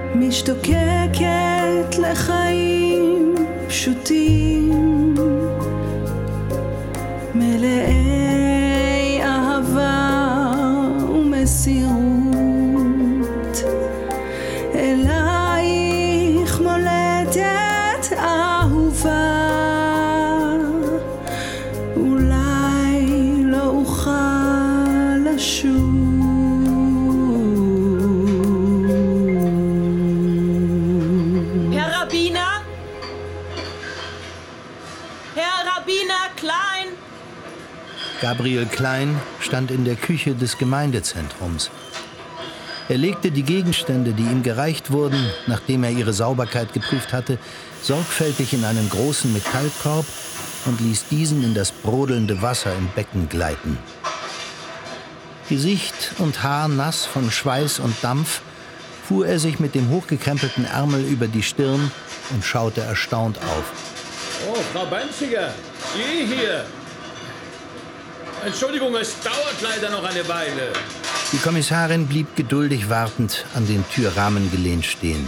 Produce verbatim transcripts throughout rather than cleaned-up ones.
משתוקקת לחיים פשוטים, מלאי אהבה ומסירות, אלייך מולדת אהובה, אולי לא אוכל לשוב. Gabriel Klein stand in der Küche des Gemeindezentrums. Er legte die Gegenstände, die ihm gereicht wurden, nachdem er ihre Sauberkeit geprüft hatte, sorgfältig in einen großen Metallkorb und ließ diesen in das brodelnde Wasser im Becken gleiten. Gesicht und Haar nass von Schweiß und Dampf, fuhr er sich mit dem hochgekrempelten Ärmel über die Stirn und schaute erstaunt auf. Oh, Frau Banziger, Sie hier! Entschuldigung, es dauert leider noch eine Weile. Die Kommissarin blieb geduldig wartend an den Türrahmen gelehnt stehen.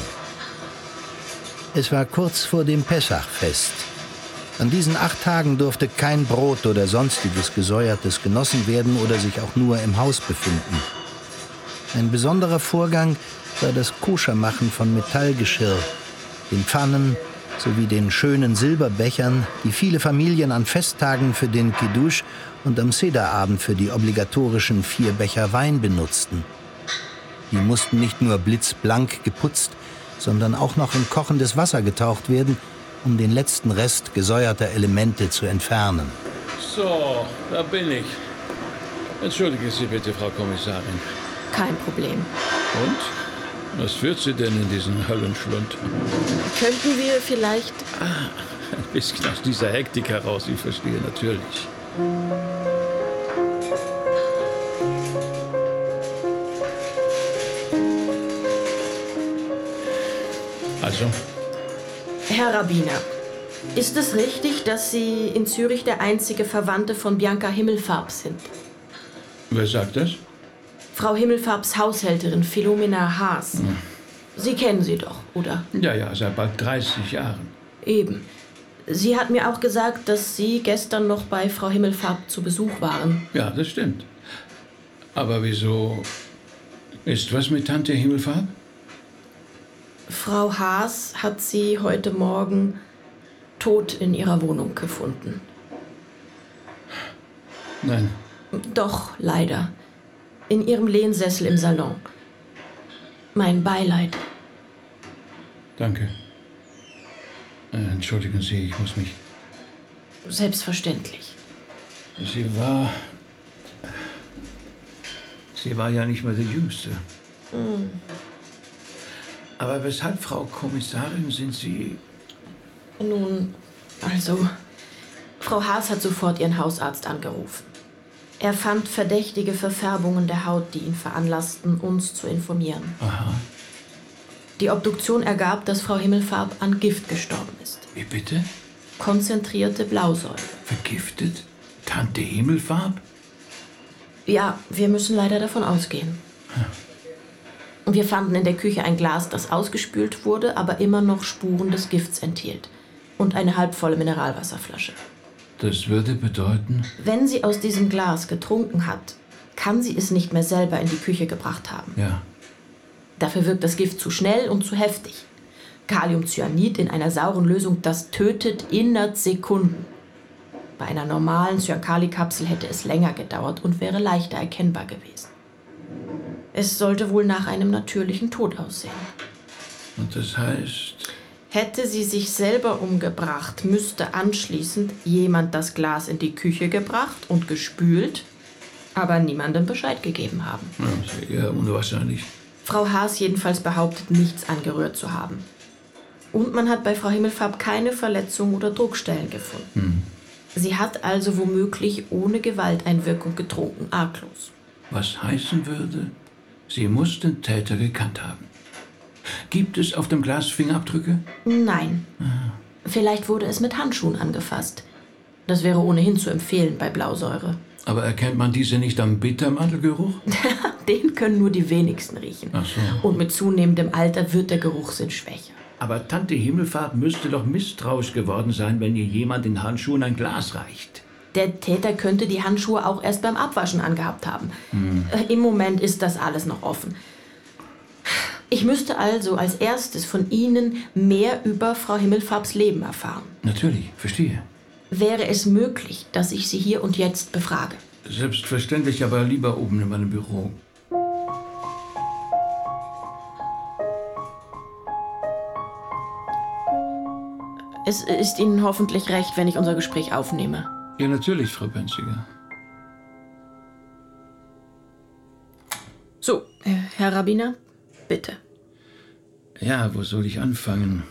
Es war kurz vor dem Pessachfest. An diesen acht Tagen durfte kein Brot oder sonstiges Gesäuertes genossen werden oder sich auch nur im Haus befinden. Ein besonderer Vorgang war das Koschermachen von Metallgeschirr, den Pfannen sowie den schönen Silberbechern, die viele Familien an Festtagen für den Kiddusch und am Sederabend für die obligatorischen vier Becher Wein benutzten. Die mussten nicht nur blitzblank geputzt, sondern auch noch in kochendes Wasser getaucht werden, um den letzten Rest gesäuerter Elemente zu entfernen. So, da bin ich. Entschuldigen Sie bitte, Frau Kommissarin. Kein Problem. Und? Was führt Sie denn in diesen Höllenschlund? Könnten wir vielleicht... Ah, ein bisschen aus dieser Hektik heraus, ich verstehe natürlich. Also? Herr Rabbiner, ist es richtig, dass Sie in Zürich der einzige Verwandte von Bianca Himmelfarb sind? Wer sagt das? Frau Himmelfarbs Haushälterin Philomena Haas. Hm. Sie kennen sie doch, oder? Ja, ja, seit bald dreißig Jahren. Eben. Sie hat mir auch gesagt, dass Sie gestern noch bei Frau Himmelfarb zu Besuch waren. Ja, das stimmt. Aber wieso? Ist was mit Tante Himmelfarb? Frau Haas hat sie heute Morgen tot in ihrer Wohnung gefunden. Nein. Doch, leider. In ihrem Lehnsessel im Salon. Mein Beileid. Danke. Äh, entschuldigen Sie, ich muss mich... Selbstverständlich. Sie war... Sie war ja nicht mehr die Jüngste. Mm. Aber weshalb, Frau Kommissarin, sind Sie... Nun, also... Frau Haas hat sofort ihren Hausarzt angerufen. Er fand verdächtige Verfärbungen der Haut, die ihn veranlassten, uns zu informieren. Aha. Die Obduktion ergab, dass Frau Himmelfarb an Gift gestorben ist. Wie bitte? Konzentrierte Blausäure. Vergiftet? Tante Himmelfarb? Ja, wir müssen leider davon ausgehen. Hm. Wir fanden in der Küche ein Glas, das ausgespült wurde, aber immer noch Spuren des Gifts enthielt. Und eine halbvolle Mineralwasserflasche. Das würde bedeuten... Wenn sie aus diesem Glas getrunken hat, kann sie es nicht mehr selber in die Küche gebracht haben. Ja. Dafür wirkt das Gift zu schnell und zu heftig. Kaliumcyanid in einer sauren Lösung, das tötet innerhalb Sekunden. Bei einer normalen Cyankali-Kapsel hätte es länger gedauert und wäre leichter erkennbar gewesen. Es sollte wohl nach einem natürlichen Tod aussehen. Und das heißt... Hätte sie sich selber umgebracht, müsste anschließend jemand das Glas in die Küche gebracht und gespült, aber niemandem Bescheid gegeben haben. Ja, das ist eher unwahrscheinlich. Frau Haas jedenfalls behauptet, nichts angerührt zu haben. Und man hat bei Frau Himmelfarb keine Verletzungen oder Druckstellen gefunden. Hm. Sie hat also womöglich ohne Gewalteinwirkung getrunken, arglos. Was heißen würde, sie muss den Täter gekannt haben. Gibt es auf dem Glas Fingerabdrücke? Nein. Ah. Vielleicht wurde es mit Handschuhen angefasst. Das wäre ohnehin zu empfehlen bei Blausäure. Aber erkennt man diese nicht am Bittermandelgeruch? Den können nur die wenigsten riechen. Ach so. Und mit zunehmendem Alter wird der Geruchssinn schwächer. Aber Tante Himmelfahrt müsste doch misstrauisch geworden sein, wenn ihr jemand in Handschuhen ein Glas reicht. Der Täter könnte die Handschuhe auch erst beim Abwaschen angehabt haben. Hm. Im Moment ist das alles noch offen. Ich müsste also als erstes von Ihnen mehr über Frau Himmelfarbs Leben erfahren. Natürlich, verstehe. Wäre es möglich, dass ich Sie hier und jetzt befrage? Selbstverständlich, aber lieber oben in meinem Büro. Es ist Ihnen hoffentlich recht, wenn ich unser Gespräch aufnehme. Ja, natürlich, Frau Benziger. So, Herr Rabbiner, bitte. Ja, wo soll ich anfangen?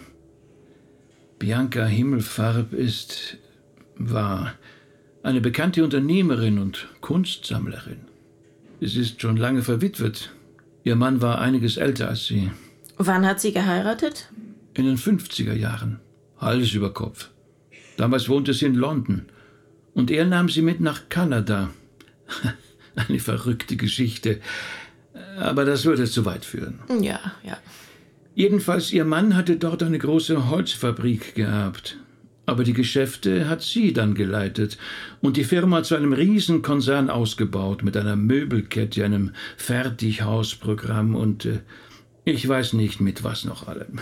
Bianca Himmelfarb ist, war eine bekannte Unternehmerin und Kunstsammlerin. Sie ist schon lange verwitwet. Ihr Mann war einiges älter als sie. Wann hat sie geheiratet? In den fünfziger Jahren. Hals über Kopf. Damals wohnte sie in London. Und er nahm sie mit nach Kanada. Eine verrückte Geschichte. Aber das würde zu weit führen. Ja, ja. Jedenfalls, ihr Mann hatte dort eine große Holzfabrik gehabt. Aber die Geschäfte hat sie dann geleitet und die Firma zu einem Riesenkonzern ausgebaut, mit einer Möbelkette, einem Fertighausprogramm und äh, ich weiß nicht mit was noch allem.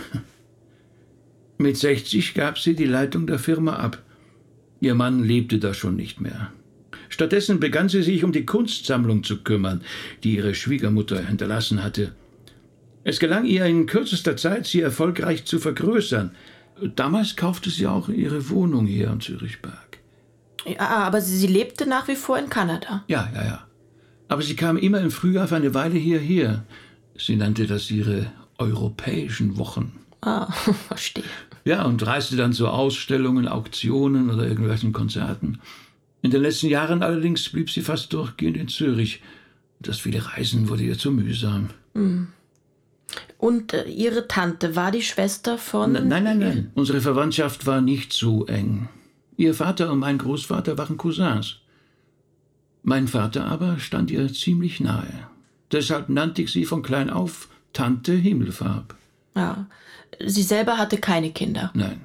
Mit sechzig gab sie die Leitung der Firma ab. Ihr Mann lebte da schon nicht mehr. Stattdessen begann sie sich um die Kunstsammlung zu kümmern, die ihre Schwiegermutter hinterlassen hatte. Es gelang ihr in kürzester Zeit, sie erfolgreich zu vergrößern. Damals kaufte sie auch ihre Wohnung hier in Zürichberg. Ja, aber sie, sie lebte nach wie vor in Kanada. Ja, ja, ja. Aber sie kam immer im Frühjahr für eine Weile hierher. Sie nannte das ihre europäischen Wochen. Ah, verstehe. Ja, und reiste dann zu Ausstellungen, Auktionen oder irgendwelchen Konzerten. In den letzten Jahren allerdings blieb sie fast durchgehend in Zürich. Das viele Reisen wurde ihr zu mühsam. Hm. Und äh, Ihre Tante war die Schwester von... N- Nein, nein, nein. Unsere Verwandtschaft war nicht so eng. Ihr Vater und mein Großvater waren Cousins. Mein Vater aber stand ihr ziemlich nahe. Deshalb nannte ich sie von klein auf Tante Himmelfarb. Ja. Sie selber hatte keine Kinder. Nein.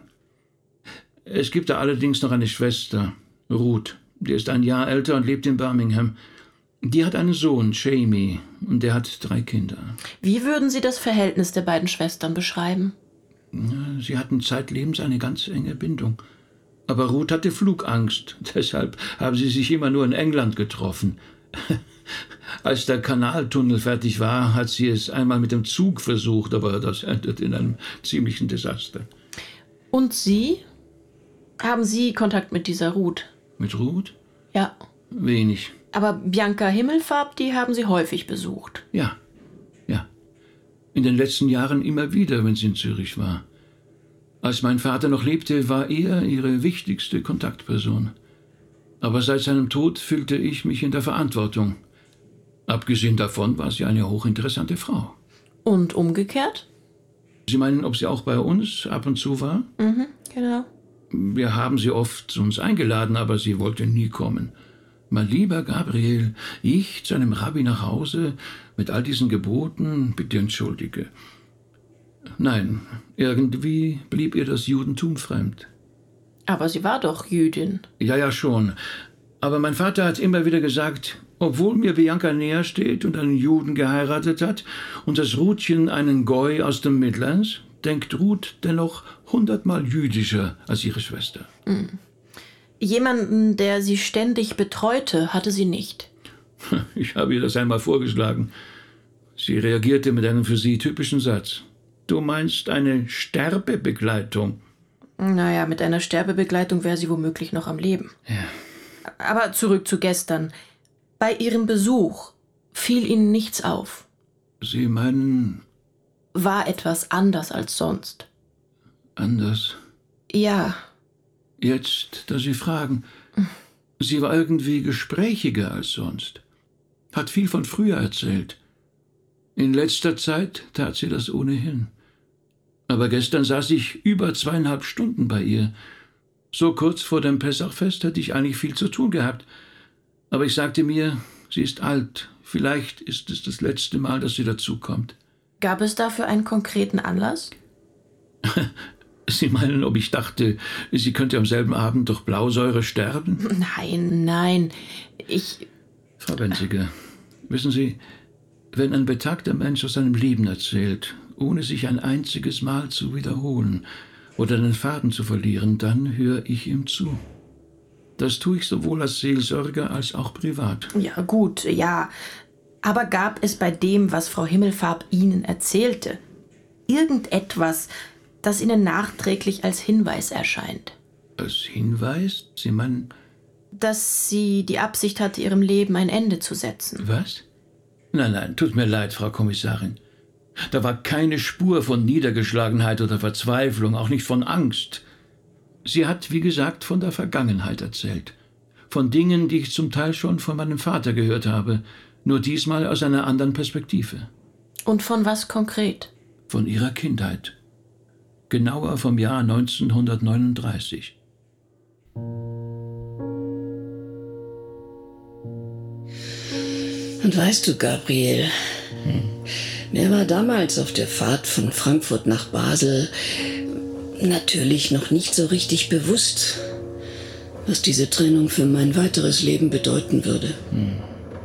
Es gibt da allerdings noch eine Schwester, Ruth. Die ist ein Jahr älter und lebt in Birmingham. Die hat einen Sohn, Jamie, und der hat drei Kinder. Wie würden Sie das Verhältnis der beiden Schwestern beschreiben? Sie hatten zeitlebens eine ganz enge Bindung. Aber Ruth hatte Flugangst. Deshalb haben sie sich immer nur in England getroffen. Als der Kanaltunnel fertig war, hat sie es einmal mit dem Zug versucht, aber das endete in einem ziemlichen Desaster. Und Sie? Haben Sie Kontakt mit dieser Ruth? Mit Ruth? Ja. Wenig. Aber Bianca Himmelfarb, die haben Sie häufig besucht. Ja, ja. In den letzten Jahren immer wieder, wenn sie in Zürich war. Als mein Vater noch lebte, war er ihre wichtigste Kontaktperson. Aber seit seinem Tod fühlte ich mich in der Verantwortung. Abgesehen davon war sie eine hochinteressante Frau. Und umgekehrt? Sie meinen, ob sie auch bei uns ab und zu war? Mhm, genau. Wir haben sie oft zu uns eingeladen, aber sie wollte nie kommen. Mein lieber Gabriel, ich zu einem Rabbi nach Hause mit all diesen Geboten, bitte entschuldige. Nein, irgendwie blieb ihr das Judentum fremd. Aber sie war doch Jüdin. Ja, ja, schon. Aber mein Vater hat immer wieder gesagt, obwohl mir Bianca näher steht und einen Juden geheiratet hat und das Ruthchen einen Goy aus den Midlands, denkt Ruth dennoch hundertmal jüdischer als ihre Schwester. Mhm. Jemanden, der sie ständig betreute, hatte sie nicht. Ich habe ihr das einmal vorgeschlagen. Sie reagierte mit einem für sie typischen Satz. Du meinst eine Sterbebegleitung? Naja, mit einer Sterbebegleitung wäre sie womöglich noch am Leben. Ja. Aber zurück zu gestern. Bei Ihrem Besuch fiel Ihnen nichts auf. Sie meinen... War etwas anders als sonst? Anders? Ja. Jetzt, da Sie fragen. Sie war irgendwie gesprächiger als sonst. Hat viel von früher erzählt. In letzter Zeit tat sie das ohnehin. Aber gestern saß ich über zweieinhalb Stunden bei ihr. So kurz vor dem Pessachfest hätte ich eigentlich viel zu tun gehabt. Aber ich sagte mir, sie ist alt. Vielleicht ist es das letzte Mal, dass sie dazukommt. Gab es dafür einen konkreten Anlass? Sie meinen, ob ich dachte, sie könnte am selben Abend durch Blausäure sterben? Nein, nein. Ich... Frau Benziger, wissen Sie, wenn ein betagter Mensch aus seinem Leben erzählt, ohne sich ein einziges Mal zu wiederholen oder den Faden zu verlieren, dann höre ich ihm zu. Das tue ich sowohl als Seelsorger als auch privat. Ja, gut, ja. Aber gab es bei dem, was Frau Himmelfarb Ihnen erzählte, irgendetwas, das Ihnen nachträglich als Hinweis erscheint? Als Hinweis? Sie meinen... Dass sie die Absicht hatte, ihrem Leben ein Ende zu setzen. Was? Nein, nein, tut mir leid, Frau Kommissarin. Da war keine Spur von Niedergeschlagenheit oder Verzweiflung, auch nicht von Angst. Sie hat, wie gesagt, von der Vergangenheit erzählt. Von Dingen, die ich zum Teil schon von meinem Vater gehört habe, nur diesmal aus einer anderen Perspektive. Und von was konkret? Von ihrer Kindheit. Genauer vom Jahr neunzehnhundertneununddreißig. Und weißt du, Gabriel, hm. mir war damals auf der Fahrt von Frankfurt nach Basel natürlich noch nicht so richtig bewusst, was diese Trennung für mein weiteres Leben bedeuten würde. Hm.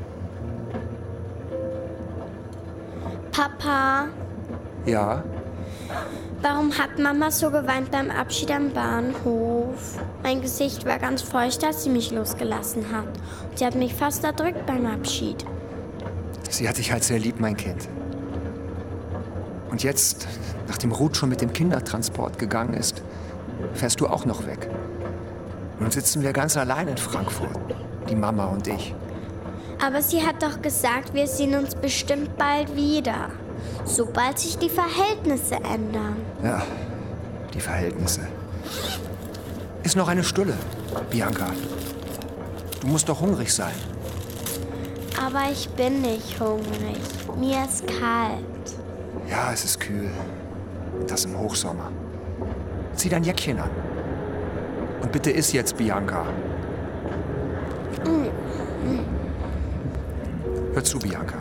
Papa? Ja? Warum hat Mama so geweint beim Abschied am Bahnhof? Mein Gesicht war ganz feucht, als sie mich losgelassen hat. Sie hat mich fast erdrückt beim Abschied. Sie hat dich halt sehr lieb, mein Kind. Und jetzt, nachdem Ruth schon mit dem Kindertransport gegangen ist, fährst du auch noch weg. Nun sitzen wir ganz allein in Frankfurt, die Mama und ich. Aber sie hat doch gesagt, wir sehen uns bestimmt bald wieder. Sobald sich die Verhältnisse ändern. Ja, die Verhältnisse. Ist noch eine Stulle, Bianca. Du musst doch hungrig sein. Aber ich bin nicht hungrig. Mir ist kalt. Ja, es ist kühl. Das im Hochsommer. Zieh dein Jäckchen an. Und bitte iss jetzt, Bianca. Mm. Hör zu, Bianca.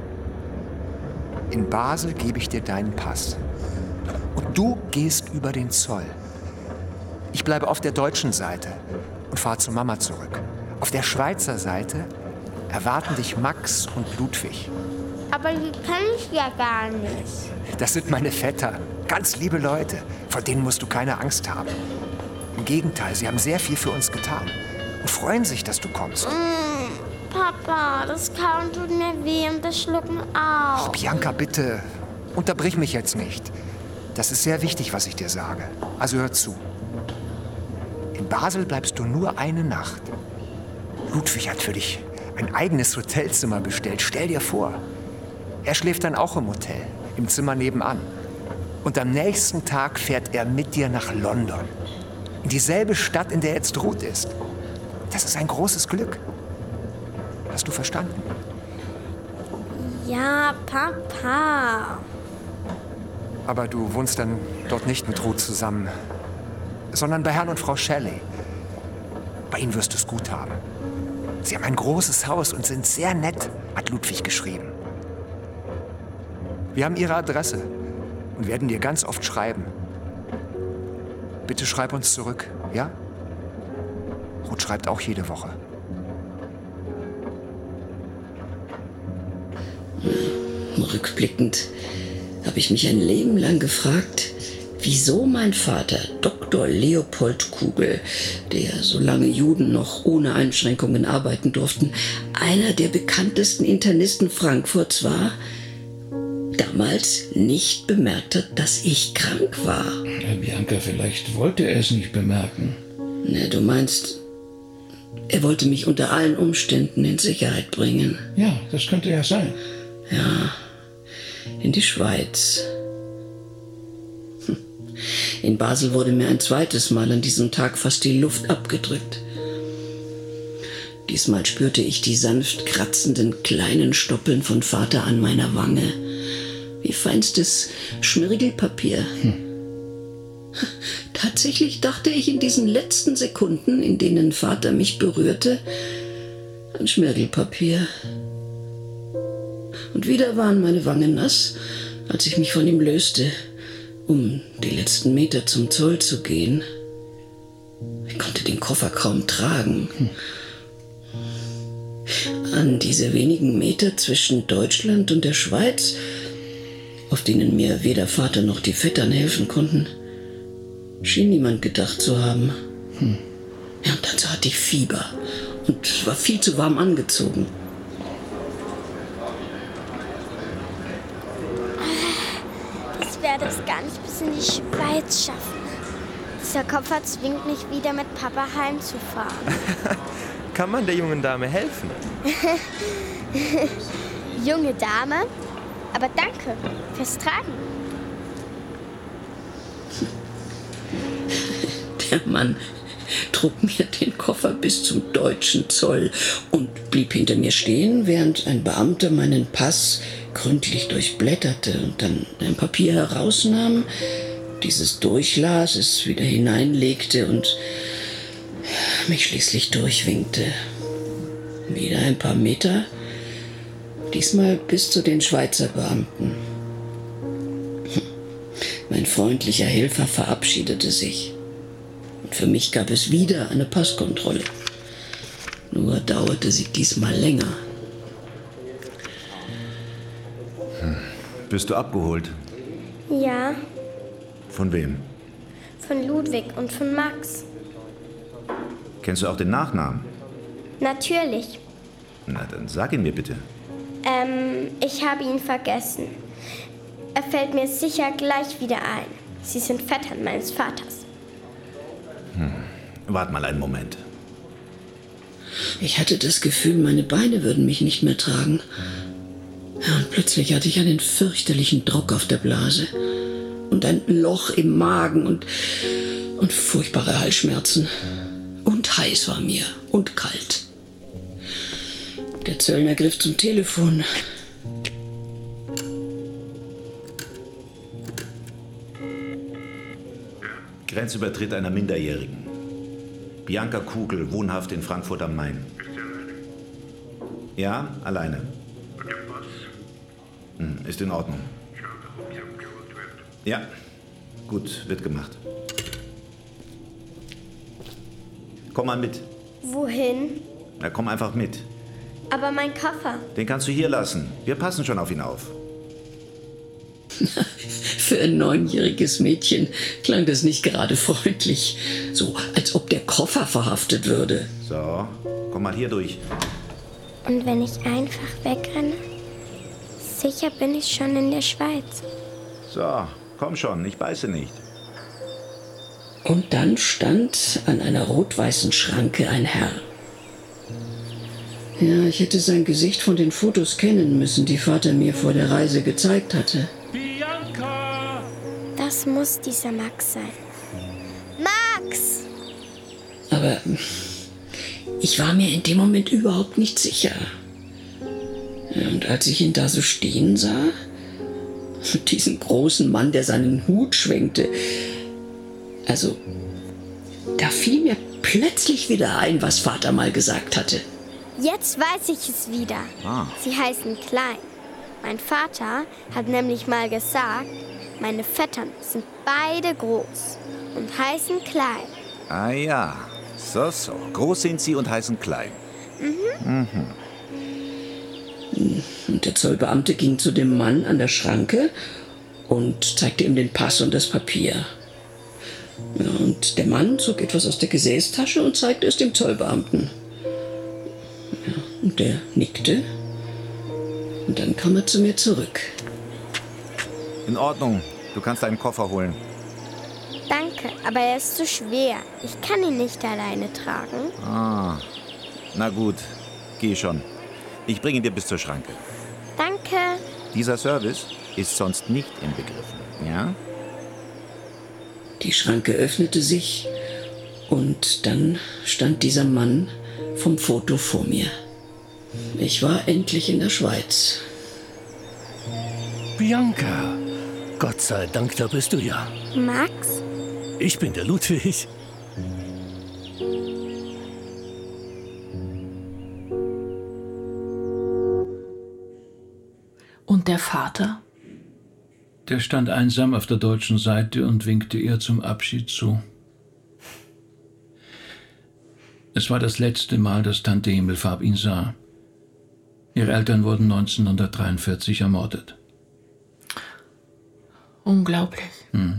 In Basel gebe ich dir deinen Pass. Und du gehst über den Zoll. Ich bleibe auf der deutschen Seite und fahre zu Mama zurück. Auf der Schweizer Seite erwarten dich Max und Ludwig. Aber die kenne ich ja gar nicht. Das sind meine Vetter. Ganz liebe Leute. Vor denen musst du keine Angst haben. Im Gegenteil, sie haben sehr viel für uns getan. Und freuen sich, dass du kommst. Mm, Papa, das Kauen tut mir weh und das Schlucken auch. Ach, Bianca, bitte. Unterbrich mich jetzt nicht. Das ist sehr wichtig, was ich dir sage. Also hör zu. In Basel bleibst du nur eine Nacht. Ludwig hat für dich ein eigenes Hotelzimmer bestellt. Stell dir vor. Er schläft dann auch im Hotel, im Zimmer nebenan. Und am nächsten Tag fährt er mit dir nach London. In dieselbe Stadt, in der jetzt Ruth ist. Das ist ein großes Glück. Hast du verstanden? Ja, Papa. Aber du wohnst dann dort nicht mit Ruth zusammen, sondern bei Herrn und Frau Shelley. Bei ihnen wirst du es gut haben. Sie haben ein großes Haus und sind sehr nett, hat Ludwig geschrieben. Wir haben ihre Adresse und werden dir ganz oft schreiben. Bitte schreib uns zurück, ja? Ruth schreibt auch jede Woche. Rückblickend habe ich mich ein Leben lang gefragt, wieso mein Vater, Doktor Leopold Kugel, der, solange Juden noch ohne Einschränkungen arbeiten durften, einer der bekanntesten Internisten Frankfurts war, damals nicht bemerkt hat, dass ich krank war. Ja, Bianca, vielleicht wollte er es nicht bemerken. Na, du meinst, er wollte mich unter allen Umständen in Sicherheit bringen. Ja, das könnte ja sein. Ja, in die Schweiz. Hm. In Basel wurde mir ein zweites Mal an diesem Tag fast die Luft abgedrückt. Diesmal spürte ich die sanft kratzenden kleinen Stoppeln von Vater an meiner Wange, wie feinstes Schmirgelpapier. Hm. Tatsächlich dachte ich in diesen letzten Sekunden, in denen Vater mich berührte, an Schmirgelpapier. Und wieder waren meine Wangen nass, als ich mich von ihm löste, um die letzten Meter zum Zoll zu gehen. Ich konnte den Koffer kaum tragen. An diese wenigen Meter zwischen Deutschland und der Schweiz, auf denen mir weder Vater noch die Vettern helfen konnten, schien niemand gedacht zu haben. Hm. Ja, und dazu hatte ich Fieber und war viel zu warm angezogen. Ich werde es gar nicht bis in die Schweiz schaffen. Dieser Koffer zwingt mich wieder mit Papa heimzufahren. Kann man der jungen Dame helfen? Junge Dame? Aber danke fürs Tragen. Der Mann trug mir den Koffer bis zum deutschen Zoll und blieb hinter mir stehen, während ein Beamter meinen Pass gründlich durchblätterte und dann ein Papier herausnahm, dieses durchlas, es wieder hineinlegte und mich schließlich durchwinkte. Wieder ein paar Meter, diesmal bis zu den Schweizer Beamten. Mein freundlicher Helfer verabschiedete sich. Und für mich gab es wieder eine Passkontrolle. Nur dauerte sie diesmal länger. Hm. Bist du abgeholt? Ja, Von wem? von Ludwig und von Max. Kennst du auch den Nachnamen? Natürlich. Na, dann sag ihn mir bitte. Ähm, ich habe ihn vergessen. Er fällt mir sicher gleich wieder ein. Sie sind Vettern meines Vaters. Hm. Wart mal einen Moment. Ich hatte das Gefühl, meine Beine würden mich nicht mehr tragen. Ja, und plötzlich hatte ich einen fürchterlichen Druck auf der Blase und ein Loch im Magen und, und furchtbare Halsschmerzen. Und heiß war mir und kalt. Der Zöllner griff zum Telefon. Grenzübertritt einer Minderjährigen. Bianca Kugel, wohnhaft in Frankfurt am Main. Ja, alleine. Hm, ist in Ordnung. Ja, gut, wird gemacht. Komm mal mit. Wohin? Na, komm einfach mit. Aber mein Koffer. Den kannst du hier lassen. Wir passen schon auf ihn auf. Für ein neunjähriges Mädchen klang das nicht gerade freundlich. So, als ob der Koffer verhaftet würde. So, komm mal hier durch. Und wenn ich einfach wegrenne? Sicher bin ich schon in der Schweiz. So, komm schon, ich beiße nicht. Und dann stand an einer rot-weißen Schranke ein Herr. Ja, ich hätte sein Gesicht von den Fotos kennen müssen, die Vater mir vor der Reise gezeigt hatte. Bianca! Das muss dieser Max sein. Max! Aber ich war mir in dem Moment überhaupt nicht sicher. Ja, und als ich ihn da so stehen sah, diesen großen Mann, der seinen Hut schwenkte, also, da fiel mir plötzlich wieder ein, was Vater mal gesagt hatte. Jetzt weiß ich es wieder. Ah. Sie heißen Klein. Mein Vater hat nämlich mal gesagt, meine Vettern sind beide groß und heißen Klein. Ah ja, so, so. Groß sind sie und heißen Klein. Mhm. Mhm. Und der Zollbeamte ging zu dem Mann an der Schranke und zeigte ihm den Pass und das Papier. Ja, und der Mann zog etwas aus der Gesäßtasche und zeigte es dem Zollbeamten. Ja, und der nickte. Und dann kam er zu mir zurück. In Ordnung, du kannst deinen Koffer holen. Danke, aber er ist zu schwer. Ich kann ihn nicht alleine tragen. Ah, na gut, geh schon. Ich bringe ihn dir bis zur Schranke. Danke. Dieser Service ist sonst nicht inbegriffen, ja? Die Schranke öffnete sich und dann stand dieser Mann vom Foto vor mir. Ich war endlich in der Schweiz. Bianca, Gott sei Dank, da bist du ja. Max? Ich bin der Ludwig. Und der Vater? Der stand einsam auf der deutschen Seite und winkte ihr zum Abschied zu. Es war das letzte Mal, dass Tante Himmelfarb ihn sah. Ihre Eltern wurden neunzehnhundertdreiundvierzig ermordet. Unglaublich. Hm.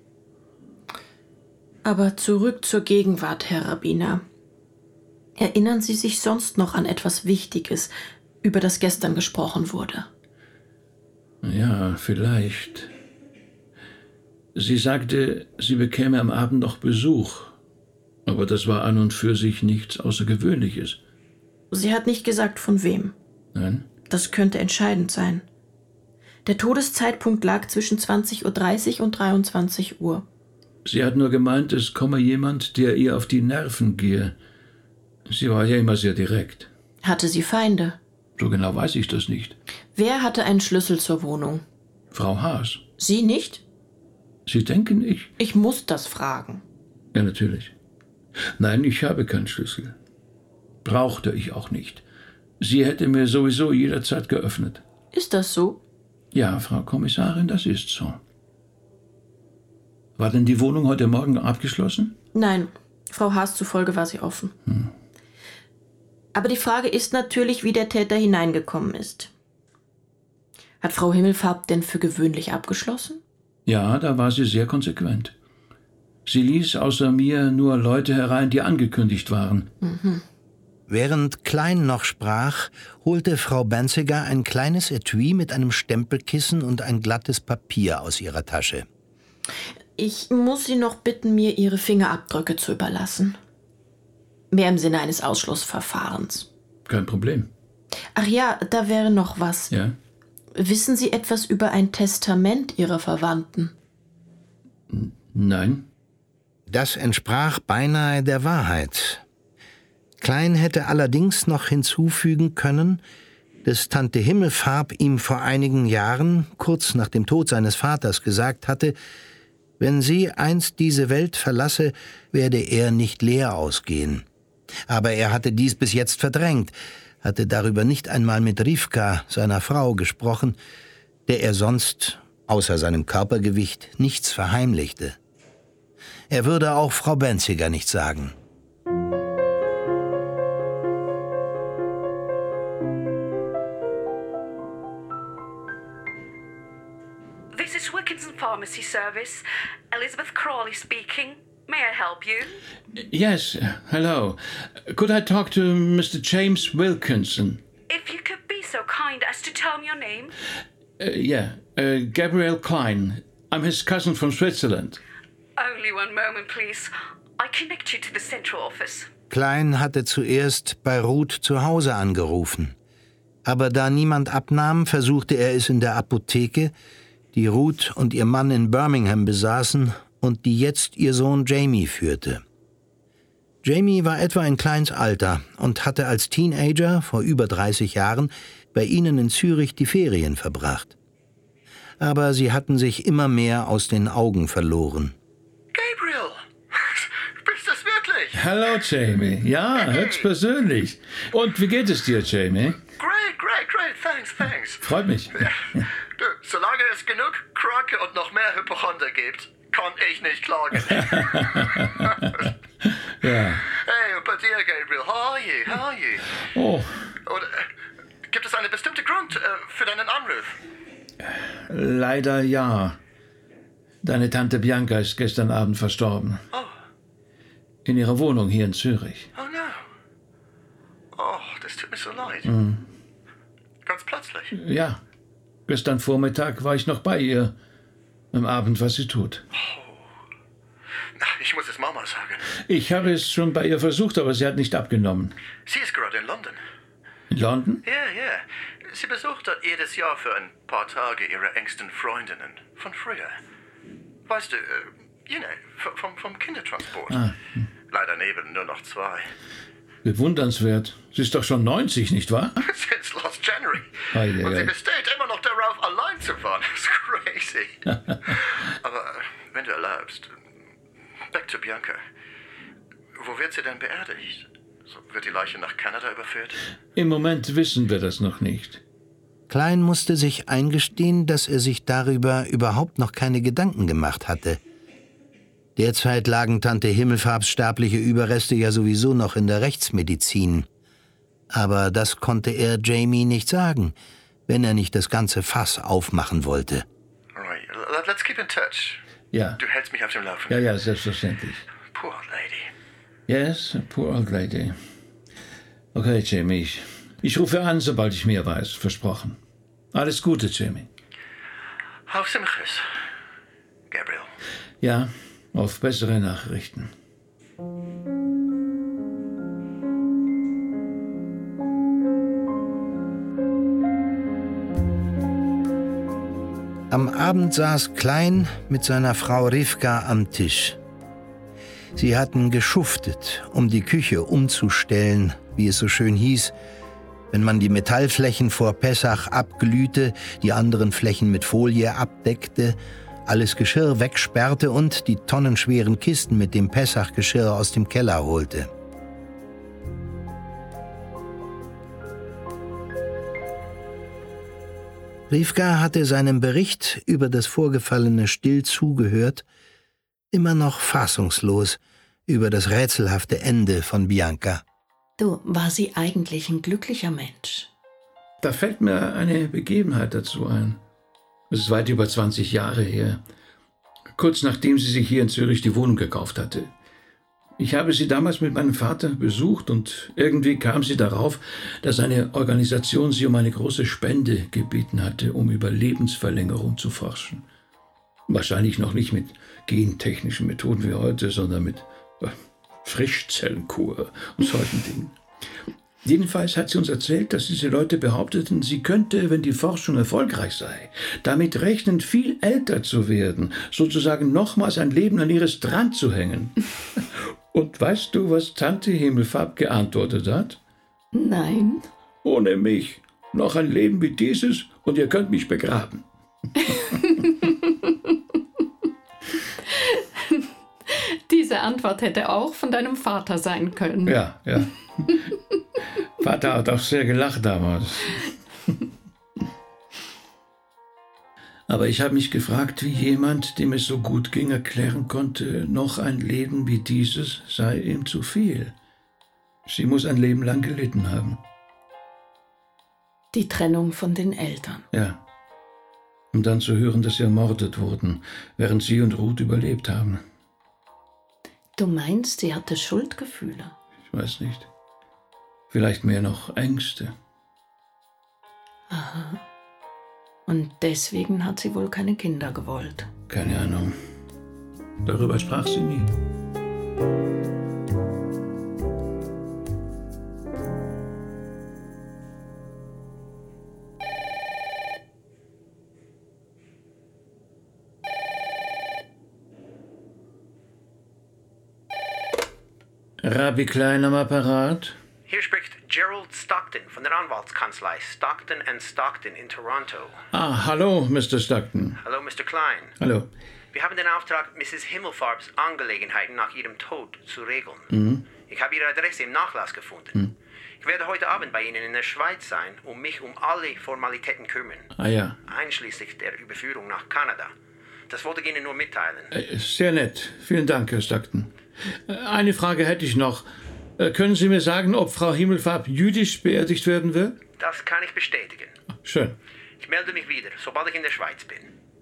Aber zurück zur Gegenwart, Herr Rabbiner. Erinnern Sie sich sonst noch an etwas Wichtiges, über das gestern gesprochen wurde? Ja, vielleicht. Sie sagte, sie bekäme am Abend noch Besuch. Aber das war an und für sich nichts Außergewöhnliches. Sie hat nicht gesagt, von wem. Nein? Das könnte entscheidend sein. Der Todeszeitpunkt lag zwischen zwanzig Uhr dreißig und dreiundzwanzig Uhr. Sie hat nur gemeint, es komme jemand, der ihr auf die Nerven gehe. Sie war ja immer sehr direkt. Hatte sie Feinde? So genau weiß ich das nicht. Wer hatte einen Schlüssel zur Wohnung? Frau Haas. Sie nicht? Sie denken, ich... Ich muss das fragen. Ja, natürlich. Nein, ich habe keinen Schlüssel. Brauchte ich auch nicht. Sie hätte mir sowieso jederzeit geöffnet. Ist das so? Ja, Frau Kommissarin, das ist so. War denn die Wohnung heute Morgen abgeschlossen? Nein, Frau Haas zufolge war sie offen. Hm. Aber die Frage ist natürlich, wie der Täter hineingekommen ist. Hat Frau Himmelfarb denn für gewöhnlich abgeschlossen? Ja, da war sie sehr konsequent. Sie ließ außer mir nur Leute herein, die angekündigt waren. Mhm. Während Klein noch sprach, holte Frau Banziger ein kleines Etui mit einem Stempelkissen und ein glattes Papier aus ihrer Tasche. Ich muss Sie noch bitten, mir Ihre Fingerabdrücke zu überlassen. Mehr im Sinne eines Ausschlussverfahrens. Kein Problem. Ach ja, da wäre noch was. Ja? Wissen Sie etwas über ein Testament Ihrer Verwandten? Nein. Das entsprach beinahe der Wahrheit. Klein hätte allerdings noch hinzufügen können, dass Tante Himmelfarb ihm vor einigen Jahren, kurz nach dem Tod seines Vaters, gesagt hatte, wenn sie einst diese Welt verlasse, werde er nicht leer ausgehen. Aber er hatte dies bis jetzt verdrängt, hatte darüber nicht einmal mit Rivka, seiner Frau, gesprochen, der er sonst, außer seinem Körpergewicht, nichts verheimlichte. Er würde auch Frau Banziger nicht sagen. This is Wilkinson Pharmacy Service. Elizabeth Crawley speaking. May I help you? Yes, hello. Could I talk to Mister James Wilkinson? If you could be so kind as to tell me your name. Uh, yeah, uh, Gabriel Klein. I'm his cousin from Switzerland. Only one moment, please. I connect you to the central office. Klein hatte zuerst bei Ruth zu Hause angerufen. Aber da niemand abnahm, versuchte er es in der Apotheke, die Ruth und ihr Mann in Birmingham besaßen und die jetzt ihr Sohn Jamie führte. Jamie war etwa in Kleins Alter und hatte als Teenager vor über dreißig Jahren bei ihnen in Zürich die Ferien verbracht. Aber sie hatten sich immer mehr aus den Augen verloren. Gabriel, bist das wirklich? Hallo, Jamie. Ja, höchstpersönlich. Und wie geht es dir, Jamie? Great, great, great. Thanks, thanks. Freut mich. Du, solange es genug Kranke und noch mehr Hypochonder gibt, kann ich nicht klagen. Ja. Hey, und bei dir, Gabriel, how are you? How are you? Oh. Oder äh, gibt es einen bestimmten Grund äh, für deinen Anruf? Leider ja. Deine Tante Bianca ist gestern Abend verstorben. Oh. In ihrer Wohnung hier in Zürich. Oh no. Oh, das tut mir so leid. Mhm. Ganz plötzlich. Ja. Gestern Vormittag war ich noch bei ihr. Am Abend, was sie tut. Oh. Ich muss es Mama sagen. Ich habe es schon bei ihr versucht, aber sie hat nicht abgenommen. Sie ist gerade in London. In London? Ja, ja. Sie besucht dort jedes Jahr für ein paar Tage ihre engsten Freundinnen von früher. Weißt du, uh, you know, vom, vom Kindertransport. Ah. Hm. Leider neben nur noch zwei. Bewundernswert. Sie ist doch schon neunzig, nicht wahr? Since last January. Ei, ei, Und sie ei. besteht immer noch darauf, allein zu fahren. Das ist crazy. Aber äh, wenn du erlaubst, zurück zu Bianca. Wo wird sie denn beerdigt? So, wird die Leiche nach Kanada überführt? Im Moment wissen wir das noch nicht. Klein musste sich eingestehen, dass er sich darüber überhaupt noch keine Gedanken gemacht hatte. Derzeit lagen Tante Himmelfarbs sterbliche Überreste ja sowieso noch in der Rechtsmedizin. Aber das konnte er Jamie nicht sagen, wenn er nicht das ganze Fass aufmachen wollte. Right. Let's keep in touch. Ja. Du hältst mich auf dem Laufenden. Ja, ja, selbstverständlich. Poor old lady. Yes, poor old lady. Okay, Jamie, ich, ich rufe an, sobald ich mehr weiß. Versprochen. Alles Gute, Jamie. Auf Simchus, Gabriel. Ja, auf bessere Nachrichten. Am Abend saß Klein mit seiner Frau Rivka am Tisch. Sie hatten geschuftet, um die Küche umzustellen, wie es so schön hieß, wenn man die Metallflächen vor Pessach abglühte, die anderen Flächen mit Folie abdeckte, alles Geschirr wegsperrte und die tonnenschweren Kisten mit dem Pessachgeschirr aus dem Keller holte. Rivka hatte seinem Bericht über das Vorgefallene still zugehört, immer noch fassungslos über das rätselhafte Ende von Bianca. Du, war sie eigentlich ein glücklicher Mensch? Da fällt mir eine Begebenheit dazu ein. Es ist weit über zwanzig Jahre her. Kurz nachdem sie sich hier in Zürich die Wohnung gekauft hatte. Ich habe sie damals mit meinem Vater besucht und irgendwie kam sie darauf, dass eine Organisation sie um eine große Spende gebeten hatte, um über Lebensverlängerung zu forschen. Wahrscheinlich noch nicht mit gentechnischen Methoden wie heute, sondern mit äh, Frischzellenkur und solchen Dingen. Jedenfalls hat sie uns erzählt, dass diese Leute behaupteten, sie könnte, wenn die Forschung erfolgreich sei, damit rechnen, viel älter zu werden, sozusagen nochmals ein Leben an ihres dran zu hängen. Und weißt du, was Tante Himmelfarb geantwortet hat? Nein. Ohne mich. Noch ein Leben wie dieses und ihr könnt mich begraben. Diese Antwort hätte auch von deinem Vater sein können. Ja, ja. Vater hat auch sehr gelacht damals. Aber ich habe mich gefragt, wie jemand, dem es so gut ging, erklären konnte, noch ein Leben wie dieses sei ihm zu viel. Sie muss ein Leben lang gelitten haben. Die Trennung von den Eltern. Ja. Und dann zu hören, dass sie ermordet wurden, während sie und Ruth überlebt haben. Du meinst, sie hatte Schuldgefühle? Ich weiß nicht. Vielleicht mehr noch Ängste. Aha. Und deswegen hat sie wohl keine Kinder gewollt. Keine Ahnung. Darüber sprach sie nie. Rabbi Klein am Apparat? Hier spricht Gerald Stockton von der Anwaltskanzlei Stockton and Stockton in Toronto. Ah, hallo, Mister Stockton. Hallo, Mister Klein. Hallo. Wir haben den Auftrag, Misses Himmelfarbs Angelegenheiten nach ihrem Tod zu regeln. Mhm. Ich habe ihre Adresse im Nachlass gefunden. Mhm. Ich werde heute Abend bei Ihnen in der Schweiz sein und mich um alle Formalitäten kümmern. Ah ja. Einschließlich der Überführung nach Kanada. Das wollte ich Ihnen nur mitteilen. Äh, sehr nett. Vielen Dank, Herr Stockton. Äh, eine Frage hätte ich noch. Äh, können Sie mir sagen, ob Frau Himmelfarb jüdisch beerdigt werden wird? Das kann ich bestätigen. Schön. Ich melde mich wieder, sobald ich in der Schweiz bin.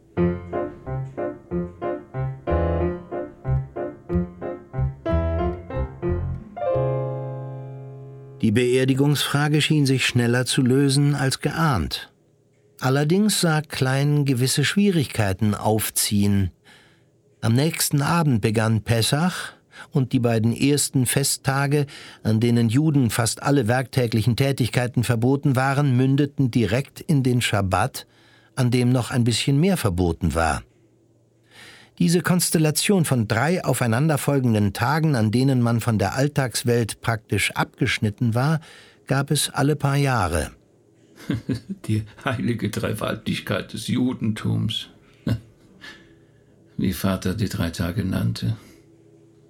Die Beerdigungsfrage schien sich schneller zu lösen als geahnt. Allerdings sah Klein gewisse Schwierigkeiten aufziehen. Am nächsten Abend begann Pessach und die beiden ersten Festtage, an denen Juden fast alle werktäglichen Tätigkeiten verboten waren, mündeten direkt in den Schabbat, an dem noch ein bisschen mehr verboten war. Diese Konstellation von drei aufeinanderfolgenden Tagen, an denen man von der Alltagswelt praktisch abgeschnitten war, gab es alle paar Jahre. Die heilige Dreifaltigkeit des Judentums. Wie Vater die drei Tage nannte.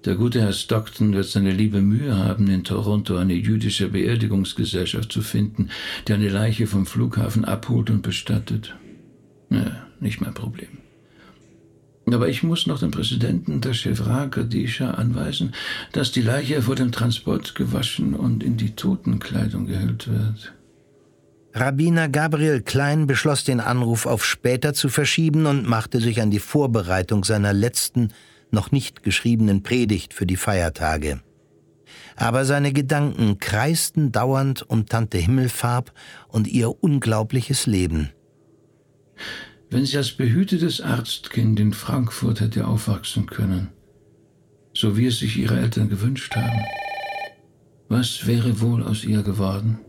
Der gute Herr Stockton wird seine liebe Mühe haben, in Toronto eine jüdische Beerdigungsgesellschaft zu finden, die eine Leiche vom Flughafen abholt und bestattet. Ja, nicht mein Problem. Aber ich muss noch dem Präsidenten der Chevra Kadisha anweisen, dass die Leiche vor dem Transport gewaschen und in die Totenkleidung gehüllt wird. Rabbiner Gabriel Klein beschloss, den Anruf auf später zu verschieben und machte sich an die Vorbereitung seiner letzten, noch nicht geschriebenen Predigt für die Feiertage. Aber seine Gedanken kreisten dauernd um Tante Himmelfarb und ihr unglaubliches Leben. Wenn sie als behütetes Arztkind in Frankfurt hätte aufwachsen können, so wie es sich ihre Eltern gewünscht haben, was wäre wohl aus ihr geworden?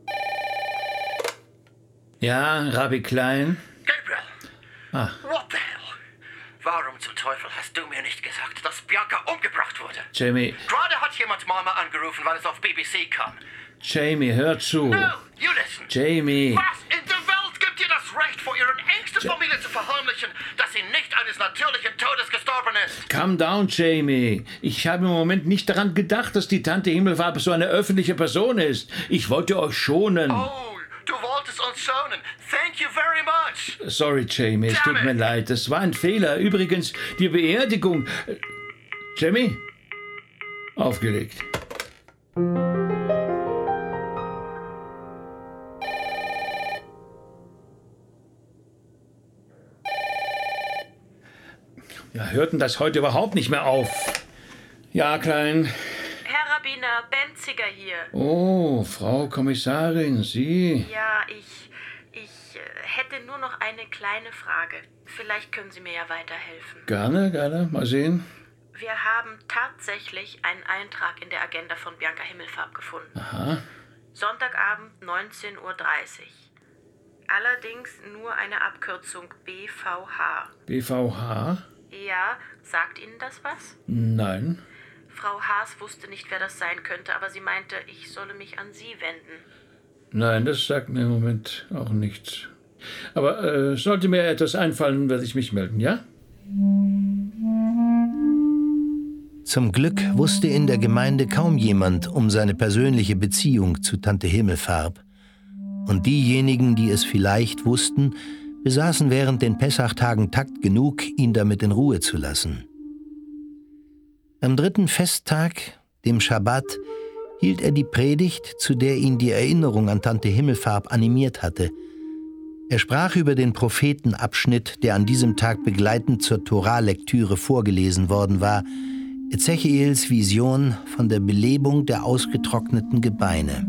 Ja, Rabbi Klein? Gabriel! Ah. What the hell? Warum zum Teufel hast du mir nicht gesagt, dass Bianca umgebracht wurde? Jamie. Gerade hat jemand Mama angerufen, weil es auf B B C kam. Jamie, hör zu. No, you listen. Jamie. Was in der Welt gibt dir das Recht, vor ihren engsten ja. Familie zu verheimlichen, dass sie nicht eines natürlichen Todes gestorben ist? Calm down, Jamie. Ich habe im Moment nicht daran gedacht, dass die Tante Himmelfarb so eine öffentliche Person ist. Ich wollte euch schonen. Oh. Du wolltest uns schonen. Thank you very much. Sorry, Jamie, es tut mir leid. Das war ein Fehler. Übrigens, die Beerdigung... Jamie? Aufgelegt. Ja, hörten das heute überhaupt nicht mehr auf. Ja, Klein... Herr Rabbiner, Benziger hier. Oh, Frau Kommissarin, Sie? Ja, ich, ich äh, hätte nur noch eine kleine Frage. Vielleicht können Sie mir ja weiterhelfen. Gerne, gerne. Mal sehen. Wir haben tatsächlich einen Eintrag in der Agenda von Bianca Himmelfarb gefunden. Aha. Sonntagabend neunzehn Uhr dreißig. Allerdings nur eine Abkürzung B V H. B V H? Ja, sagt Ihnen das was? Nein. Frau Haas wusste nicht, wer das sein könnte, aber sie meinte, ich solle mich an Sie wenden. Nein, das sagt mir im Moment auch nichts. Aber äh, sollte mir etwas einfallen, werde ich mich melden, ja? Zum Glück wusste in der Gemeinde kaum jemand um seine persönliche Beziehung zu Tante Himmelfarb. Und diejenigen, die es vielleicht wussten, besaßen während den Pessachtagen Takt genug, ihn damit in Ruhe zu lassen. Am dritten Festtag, dem Schabbat, hielt er die Predigt, zu der ihn die Erinnerung an Tante Himmelfarb animiert hatte. Er sprach über den Prophetenabschnitt, der an diesem Tag begleitend zur Torah-Lektüre vorgelesen worden war, Ezechiels Vision von der Belebung der ausgetrockneten Gebeine.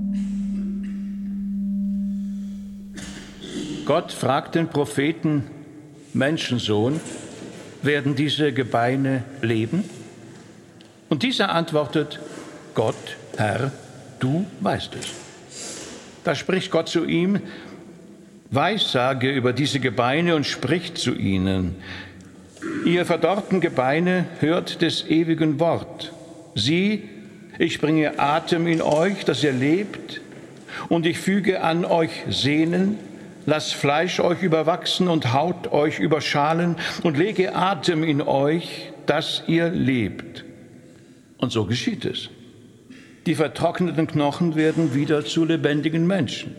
Gott fragt den Propheten, Menschensohn, werden diese Gebeine leben? Und dieser antwortet, Gott, Herr, du weißt es. Da spricht Gott zu ihm, Weissage über diese Gebeine und spricht zu ihnen. Ihr verdorrten Gebeine, hört des ewigen Wort. Sieh, ich bringe Atem in euch, dass ihr lebt, und ich füge an euch Sehnen, lass Fleisch euch überwachsen und Haut euch überschalen und lege Atem in euch, dass ihr lebt. Und so geschieht es. Die vertrockneten Knochen werden wieder zu lebendigen Menschen.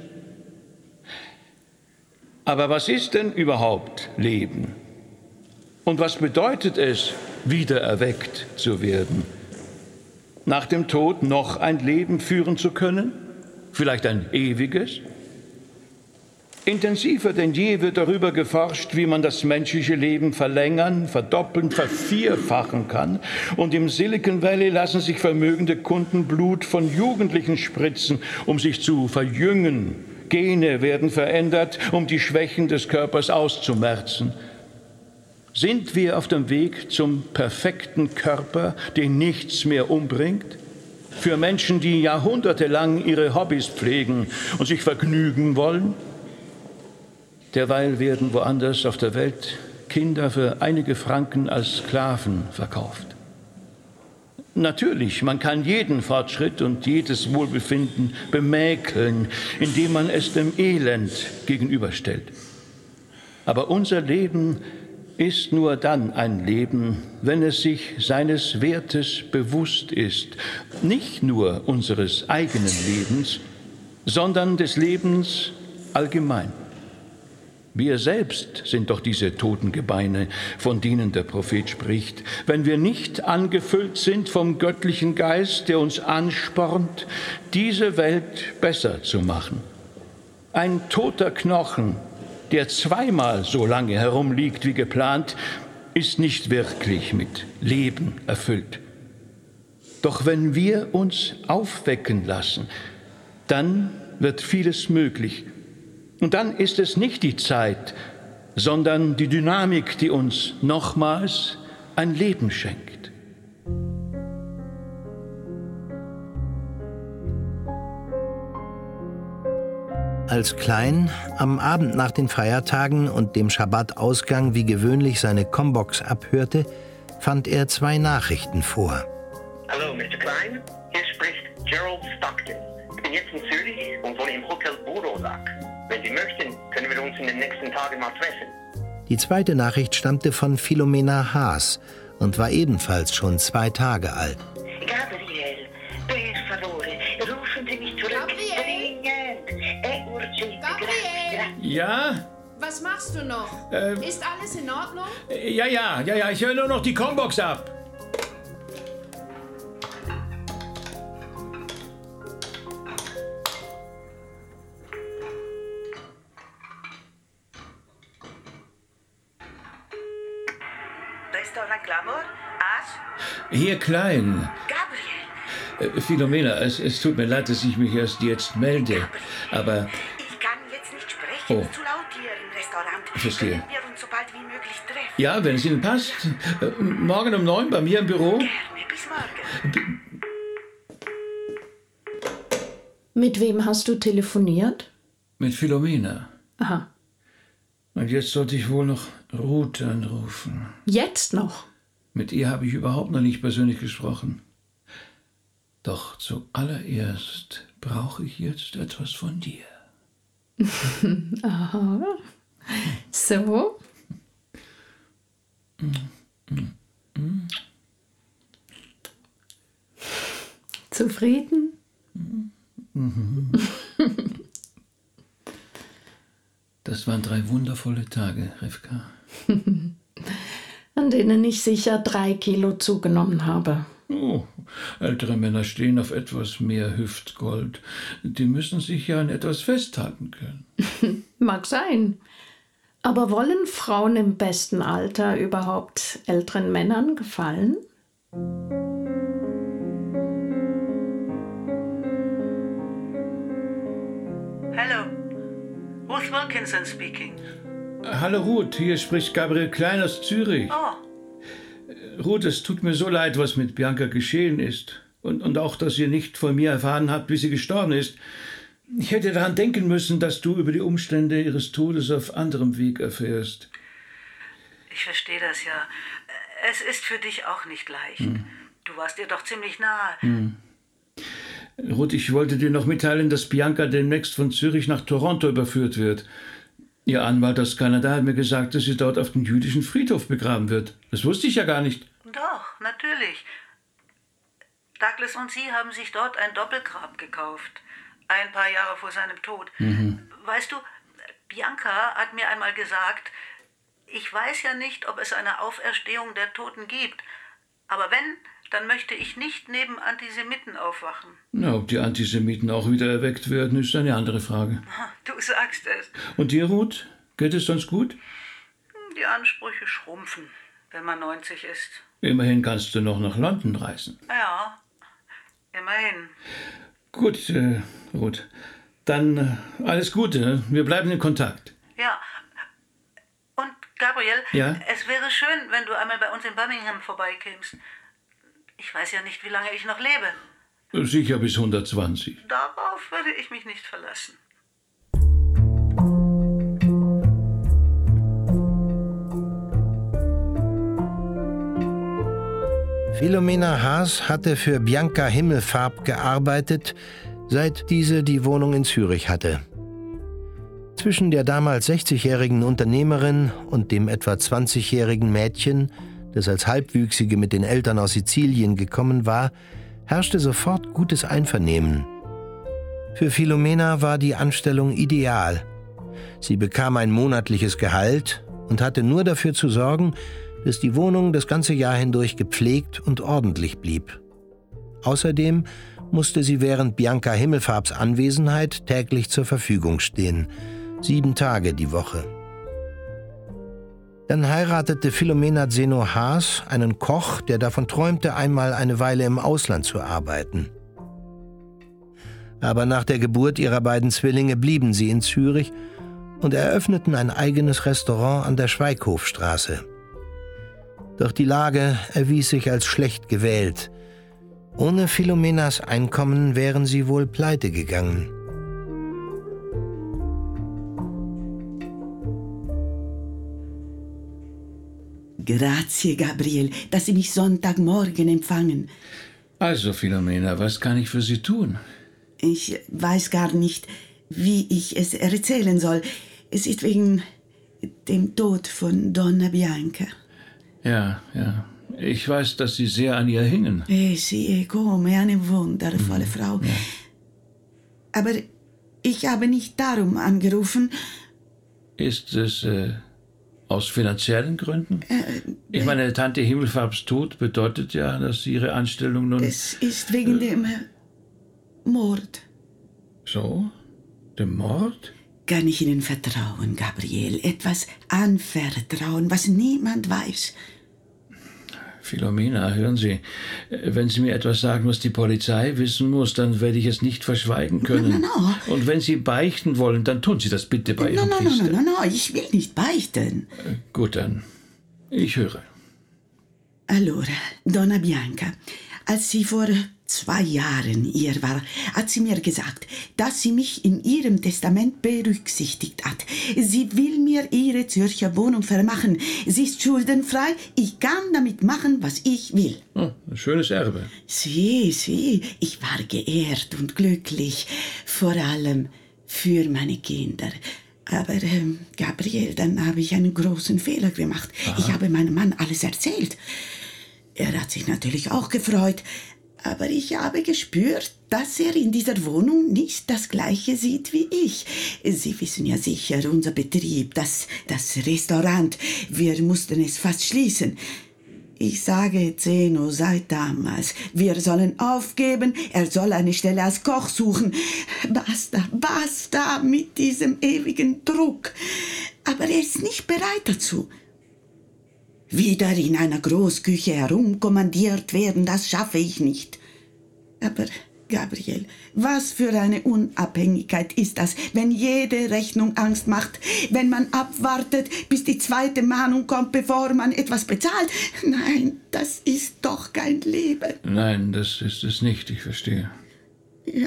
Aber was ist denn überhaupt Leben? Und was bedeutet es, wiedererweckt zu werden? Nach dem Tod noch ein Leben führen zu können? Vielleicht ein ewiges? Intensiver denn je wird darüber geforscht, wie man das menschliche Leben verlängern, verdoppeln, vervierfachen kann. Und im Silicon Valley lassen sich vermögende Kunden Blut von Jugendlichen spritzen, um sich zu verjüngen. Gene werden verändert, um die Schwächen des Körpers auszumerzen. Sind wir auf dem Weg zum perfekten Körper, den nichts mehr umbringt? Für Menschen, die jahrhundertelang ihre Hobbys pflegen und sich vergnügen wollen? Derweil werden woanders auf der Welt Kinder für einige Franken als Sklaven verkauft. Natürlich, man kann jeden Fortschritt und jedes Wohlbefinden bemäkeln, indem man es dem Elend gegenüberstellt. Aber unser Leben ist nur dann ein Leben, wenn es sich seines Wertes bewusst ist, nicht nur unseres eigenen Lebens, sondern des Lebens allgemein. Wir selbst sind doch diese toten Gebeine, von denen der Prophet spricht, wenn wir nicht angefüllt sind vom göttlichen Geist, der uns anspornt, diese Welt besser zu machen. Ein toter Knochen, der zweimal so lange herumliegt wie geplant, ist nicht wirklich mit Leben erfüllt. Doch wenn wir uns aufwecken lassen, dann wird vieles möglich. Und dann ist es nicht die Zeit, sondern die Dynamik, die uns nochmals ein Leben schenkt. Als Klein am Abend nach den Feiertagen und dem Schabbat-Ausgang wie gewöhnlich seine Combox abhörte, fand er zwei Nachrichten vor. Hallo, Mister Klein, hier spricht Gerald Stockton. Ich bin jetzt in Zürich und wohne im Hotel Burosack. Wenn Sie möchten, können wir uns in den nächsten Tagen mal treffen. Die zweite Nachricht stammte von Philomena Haas und war ebenfalls schon zwei Tage alt. Gabriel, per favore, rufen Sie mich zurück. Dringend. È urgente. Gabriel! Ja? Was machst du noch? Ähm, Ist alles in Ordnung? Ja, ja, ja, ja, ich höre nur noch die Combox ab. Restaurant Glamour? Asch? Hier Klein. Gabriel! Äh, Philomena, es, es tut mir leid, dass ich mich erst jetzt melde, aber... Ich kann jetzt nicht sprechen, Oh. es ist zu laut hier im Restaurant. Verstehe. Können wir uns so bald wie möglich treffen? Ja, wenn es Ihnen passt. Äh, morgen um neun bei mir im Büro. Gerne, bis morgen. Mit wem hast du telefoniert? Mit Philomena. Aha. Und jetzt sollte ich wohl noch Ruth anrufen. Jetzt noch? Mit ihr habe ich überhaupt noch nicht persönlich gesprochen. Doch zuallererst brauche ich jetzt etwas von dir. Aha. So? Zufrieden? Mhm. Das waren drei wundervolle Tage, Rivka. An denen ich sicher drei Kilo zugenommen habe. Oh, ältere Männer stehen auf etwas mehr Hüftgold. Die müssen sich ja an etwas festhalten können. Mag sein. Aber wollen Frauen im besten Alter überhaupt älteren Männern gefallen? Hello. Ruth Wilkinson speaking. Hallo Ruth, hier spricht Gabriel Klein aus Zürich. Oh, Ruth, es tut mir so leid, was mit Bianca geschehen ist. Und, und auch, dass ihr nicht von mir erfahren habt, wie sie gestorben ist. Ich hätte daran denken müssen, dass du über die Umstände ihres Todes auf anderem Weg erfährst. ich verstehe das ja. Es ist für dich auch nicht leicht. Hm. Du warst ihr doch ziemlich nahe. Hm. Ruth, ich wollte dir noch mitteilen, dass Bianca demnächst von Zürich nach Toronto überführt wird. Ihr Anwalt aus Kanada hat mir gesagt, dass sie dort auf dem jüdischen Friedhof begraben wird. Das wusste ich ja gar nicht. Doch, natürlich. Douglas und sie haben sich dort ein Doppelgrab gekauft. Ein paar Jahre vor seinem Tod. Mhm. Weißt du, Bianca hat mir einmal gesagt, ich weiß ja nicht, ob es eine Auferstehung der Toten gibt. Aber wenn, dann möchte ich nicht neben Antisemiten aufwachen. Na, ob die Antisemiten auch wieder erweckt werden, ist eine andere Frage. Du sagst es. Und dir, Ruth? Geht es sonst gut? Die Ansprüche schrumpfen, wenn man neunzig ist. Immerhin kannst du noch nach London reisen. Ja, immerhin. Gut, äh, Ruth. Dann äh, alles Gute. Wir bleiben in Kontakt. Ja. Und Gabriel, Ja? es wäre schön, wenn du einmal bei uns in Birmingham vorbeikämst. Ich weiß ja nicht, wie lange ich noch lebe. Sicher bis hundertzwanzig. Darauf würde ich mich nicht verlassen. Philomena Haas hatte für Bianca Himmelfarb gearbeitet, seit diese die Wohnung in Zürich hatte. Zwischen der damals sechzigjährigen Unternehmerin und dem etwa zwanzigjährigen Mädchen, das als Halbwüchsige mit den Eltern aus Sizilien gekommen war, herrschte sofort gutes Einvernehmen. Für Philomena war die Anstellung ideal. Sie bekam ein monatliches Gehalt und hatte nur dafür zu sorgen, dass die Wohnung das ganze Jahr hindurch gepflegt und ordentlich blieb. Außerdem musste sie während Bianca Himmelfarbs Anwesenheit täglich zur Verfügung stehen, sieben Tage die Woche. Dann heiratete Philomena Zeno Haas einen Koch, der davon träumte, einmal eine Weile im Ausland zu arbeiten. Aber nach der Geburt ihrer beiden Zwillinge blieben sie in Zürich und eröffneten ein eigenes Restaurant an der Schweighofstraße. Doch die Lage erwies sich als schlecht gewählt. Ohne Philomenas Einkommen wären sie wohl pleite gegangen. Grazie, Gabriel, dass Sie mich Sonntagmorgen empfangen. Also, Philomena, was kann ich für Sie tun? Ich weiß gar nicht, wie ich es erzählen soll. Es ist wegen dem Tod von Donna Bianca. Ja, ja. Ich weiß, dass Sie sehr an ihr hingen. Eh sì, come, eine wundervolle Frau. Ja. Aber ich habe nicht darum angerufen. Ist es äh, aus finanziellen Gründen? Äh, ich meine, Tante Himmelfarbs Tod bedeutet ja, dass Sie Ihre Anstellung nun... Es ist wegen äh, dem Mord. So? Dem Mord? Kann ich Ihnen vertrauen, Gabriel? Etwas anvertrauen, was niemand weiß. Philomena, hören Sie, wenn Sie mir etwas sagen, was die Polizei wissen muss, dann werde ich es nicht verschweigen können. No, no, no. Und wenn Sie beichten wollen, dann tun Sie das bitte bei Ihrem no, no, Priester. No, no, no, no, ich will nicht beichten. Gut, dann. Ich höre. Allora, Donna Bianca, als sie vor zwei Jahren hier war, hat sie mir gesagt, dass sie mich in ihrem Testament berücksichtigt hat. Sie will mir ihre Zürcher Wohnung vermachen. Sie ist schuldenfrei. Ich kann damit machen, was ich will. Oh, ein schönes Erbe. Sie, sie, ich war geehrt und glücklich, vor allem für meine Kinder. Aber, ähm, Gabriel, dann habe ich einen großen Fehler gemacht. Aha. Ich habe meinem Mann alles erzählt. Er hat sich natürlich auch gefreut, aber ich habe gespürt, dass er in dieser Wohnung nicht das Gleiche sieht wie ich. Sie wissen ja sicher, unser Betrieb, das, das Restaurant, wir mussten es fast schließen. Ich sage Zeno seit damals, wir sollen aufgeben, er soll eine Stelle als Koch suchen. Basta, basta mit diesem ewigen Druck. Aber er ist nicht bereit dazu. Wieder in einer Großküche herumkommandiert werden, das schaffe ich nicht. Aber, Gabriel, was für eine Unabhängigkeit ist das, wenn jede Rechnung Angst macht, wenn man abwartet, bis die zweite Mahnung kommt, bevor man etwas bezahlt? Nein, das ist doch kein Leben. Nein, das ist es nicht, ich verstehe. Ja,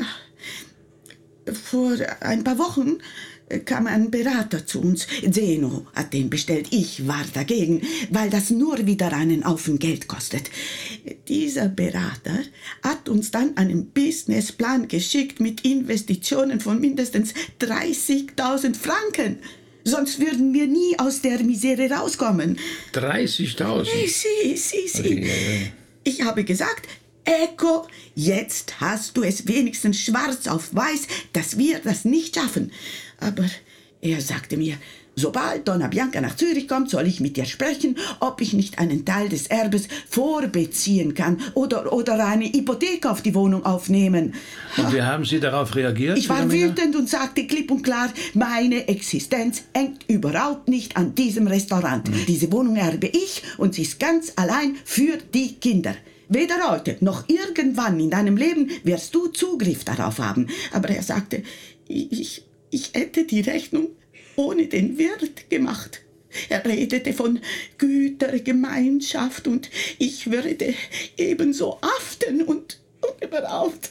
vor ein paar Wochen kam ein Berater zu uns. Zeno hat den bestellt. Ich war dagegen, weil das nur wieder einen Haufen Geld kostet. Dieser Berater hat uns dann einen Businessplan geschickt mit Investitionen von mindestens dreißigtausend Franken. Sonst würden wir nie aus der Misere rauskommen. dreißigtausend? Sie, sie, sie. Ich habe gesagt, Ecco, jetzt hast du es wenigstens schwarz auf weiß, dass wir das nicht schaffen. Aber er sagte mir, sobald Donna Bianca nach Zürich kommt, soll ich mit ihr sprechen, ob ich nicht einen Teil des Erbes vorbeziehen kann oder, oder eine Hypothek auf die Wohnung aufnehmen. Und wie haben Sie darauf reagiert? Ich war wütend und sagte klipp und klar, meine Existenz hängt überhaupt nicht an diesem Restaurant. Mhm. Diese Wohnung erbe ich und sie ist ganz allein für die Kinder. Weder heute noch irgendwann in deinem Leben wirst du Zugriff darauf haben. Aber er sagte, ich, ich hätte die Rechnung ohne den Wirt gemacht. Er redete von Gütergemeinschaft und ich würde ebenso haften und, und überhaupt.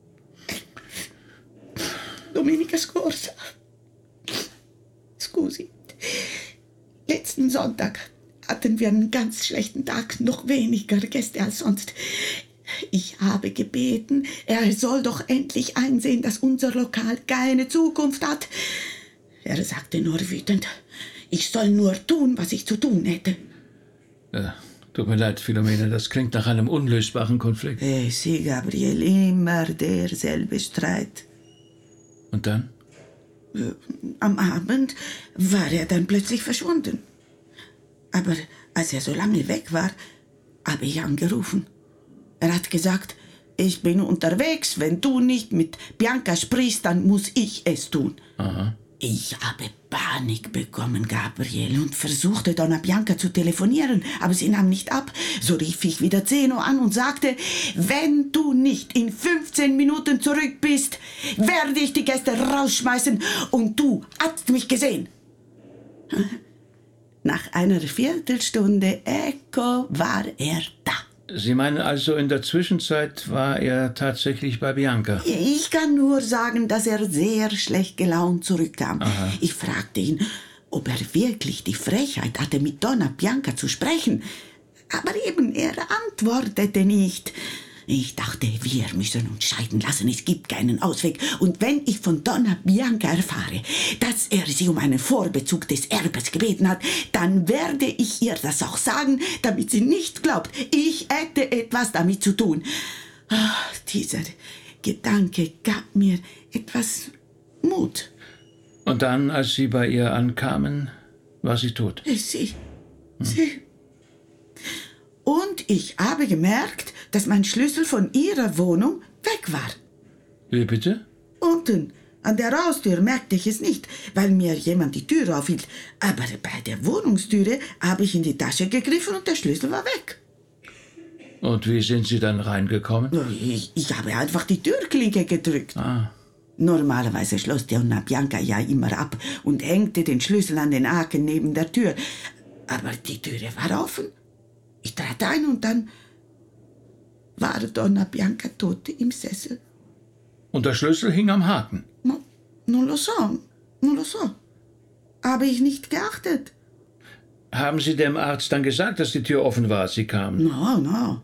Domenica scorsa. Scusi. Letzten Sonntag hatten wir einen ganz schlechten Tag, noch weniger Gäste als sonst. Ich habe gebeten, er soll doch endlich einsehen, dass unser Lokal keine Zukunft hat. Er sagte nur wütend, ich soll nur tun, was ich zu tun hätte. Ja, tut mir leid, Philomena, das klingt nach einem unlösbaren Konflikt. Hey, sieh, Gabriel, immer derselbe Streit. Und dann? Am Abend war er dann plötzlich verschwunden. Aber als er so lange weg war, habe ich angerufen. Er hat gesagt, ich bin unterwegs, wenn du nicht mit Bianca sprichst, dann muss ich es tun. Aha. Ich habe Panik bekommen, Gabriel, und versuchte Donna Bianca zu telefonieren, aber sie nahm nicht ab. So rief ich wieder Zeno an und sagte, wenn du nicht in fünfzehn Minuten zurück bist, werde ich die Gäste rausschmeißen und du hast mich gesehen. Nach einer Viertelstunde Echo war er da. Sie meinen also, in der Zwischenzeit war er tatsächlich bei Bianca? Ich kann nur sagen, dass er sehr schlecht gelaunt zurückkam. Aha. Ich fragte ihn, ob er wirklich die Frechheit hatte, mit Donna Bianca zu sprechen. Aber eben, er antwortete nicht. Ich dachte, wir müssen uns scheiden lassen, es gibt keinen Ausweg. Und wenn ich von Donna Bianca erfahre, dass er sie um einen Vorbezug des Erbes gebeten hat, dann werde ich ihr das auch sagen, damit sie nicht glaubt, ich hätte etwas damit zu tun. Ach, dieser Gedanke gab mir etwas Mut. Und dann, als Sie bei ihr ankamen, war sie tot? Sie, hm. sie... Und ich habe gemerkt, dass mein Schlüssel von ihrer Wohnung weg war. Wie bitte? Unten, an der Haustür merkte ich es nicht, weil mir jemand die Tür aufhielt. Aber bei der Wohnungstüre habe ich in die Tasche gegriffen und der Schlüssel war weg. Und wie sind Sie dann reingekommen? Ich, ich habe einfach die Türklinke gedrückt. Ah. Normalerweise schloss Donna Bianca ja immer ab und hängte den Schlüssel an den Haken neben der Tür. Aber die Türe war offen. Ich trat ein und dann war Donna Bianca tot im Sessel. Und der Schlüssel hing am Haken? No, non lo so, non lo so. Habe ich nicht geachtet. Haben Sie dem Arzt dann gesagt, dass die Tür offen war, als Sie kamen? No, no.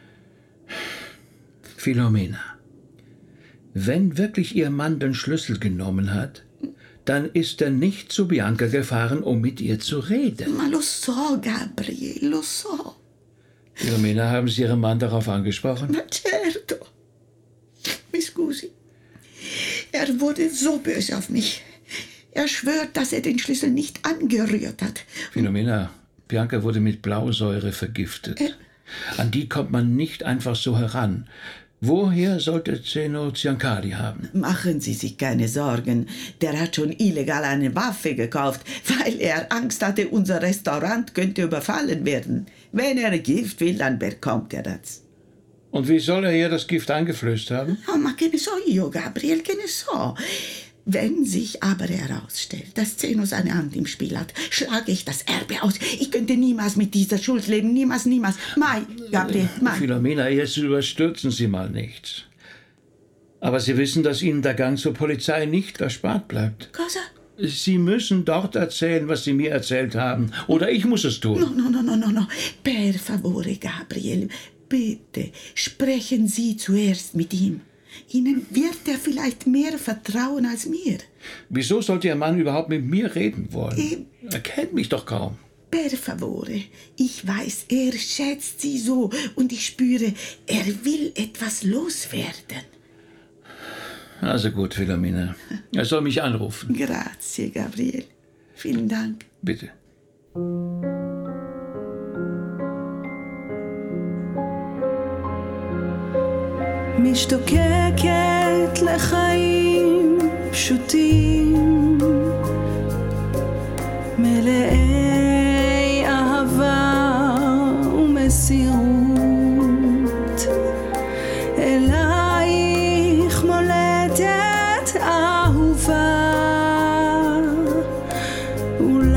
Philomena, wenn wirklich Ihr Mann den Schlüssel genommen hat, dann ist er nicht zu Bianca gefahren, um mit ihr zu reden. Ma lo so, Gabriel, lo so. Philomena, haben Sie Ihren Mann darauf angesprochen? Ma certo. Mi scusi. Er wurde so böse auf mich. Er schwört, dass er den Schlüssel nicht angerührt hat. Philomena, Bianca wurde mit Blausäure vergiftet. Äh. An die kommt man nicht einfach so heran. Woher sollte Zeno Ziancali haben? Machen Sie sich keine Sorgen. Der hat schon illegal eine Waffe gekauft, weil er Angst hatte, unser Restaurant könnte überfallen werden. Wenn er Gift will, dann bekommt er das. Und wie soll er ihr das Gift eingeflößt haben? Oh, ma che ne so io, Gabriel, che ne so. Wenn sich aber herausstellt, dass Zeno seine Hand im Spiel hat, schlage ich das Erbe aus. Ich könnte niemals mit dieser Schuld leben. Niemals, niemals. Mai, Gabriel, mai. Philomena, jetzt überstürzen Sie mal nichts. Aber Sie wissen, dass Ihnen der Gang zur Polizei nicht erspart bleibt. Cosa? Sie müssen dort erzählen, was Sie mir erzählt haben. Oder ich muss es tun. No, no, no, no, no, no. Per favore, Gabriel. Bitte, sprechen Sie zuerst mit ihm. Ihnen wird er vielleicht mehr vertrauen als mir. Wieso sollte Ihr Mann überhaupt mit mir reden wollen? Ähm, er kennt mich doch kaum. Per favore, ich weiß, er schätzt Sie so und ich spüre, er will etwas loswerden. Also gut, Philomena. Er soll mich anrufen. Grazie, Gabriel. Vielen Dank. Bitte. משתוקקת לחיים פשוטים מלאי אהבה ומסירות אלייך מולדת אהובה